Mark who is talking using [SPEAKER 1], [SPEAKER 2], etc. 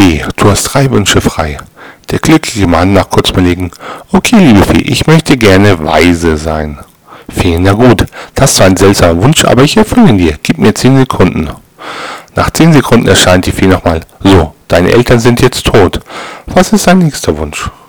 [SPEAKER 1] Fee, du hast 3 Wünsche frei. Der glückliche Mann nach kurzem Überlegen: Okay, liebe Fee, ich möchte gerne weise sein. Fee: Na gut, das ist ein seltsamer Wunsch, aber ich erfülle ihn dir. Gib mir 10 Sekunden. Nach 10 Sekunden erscheint die Fee nochmal. So, deine Eltern sind jetzt tot. Was ist dein nächster Wunsch?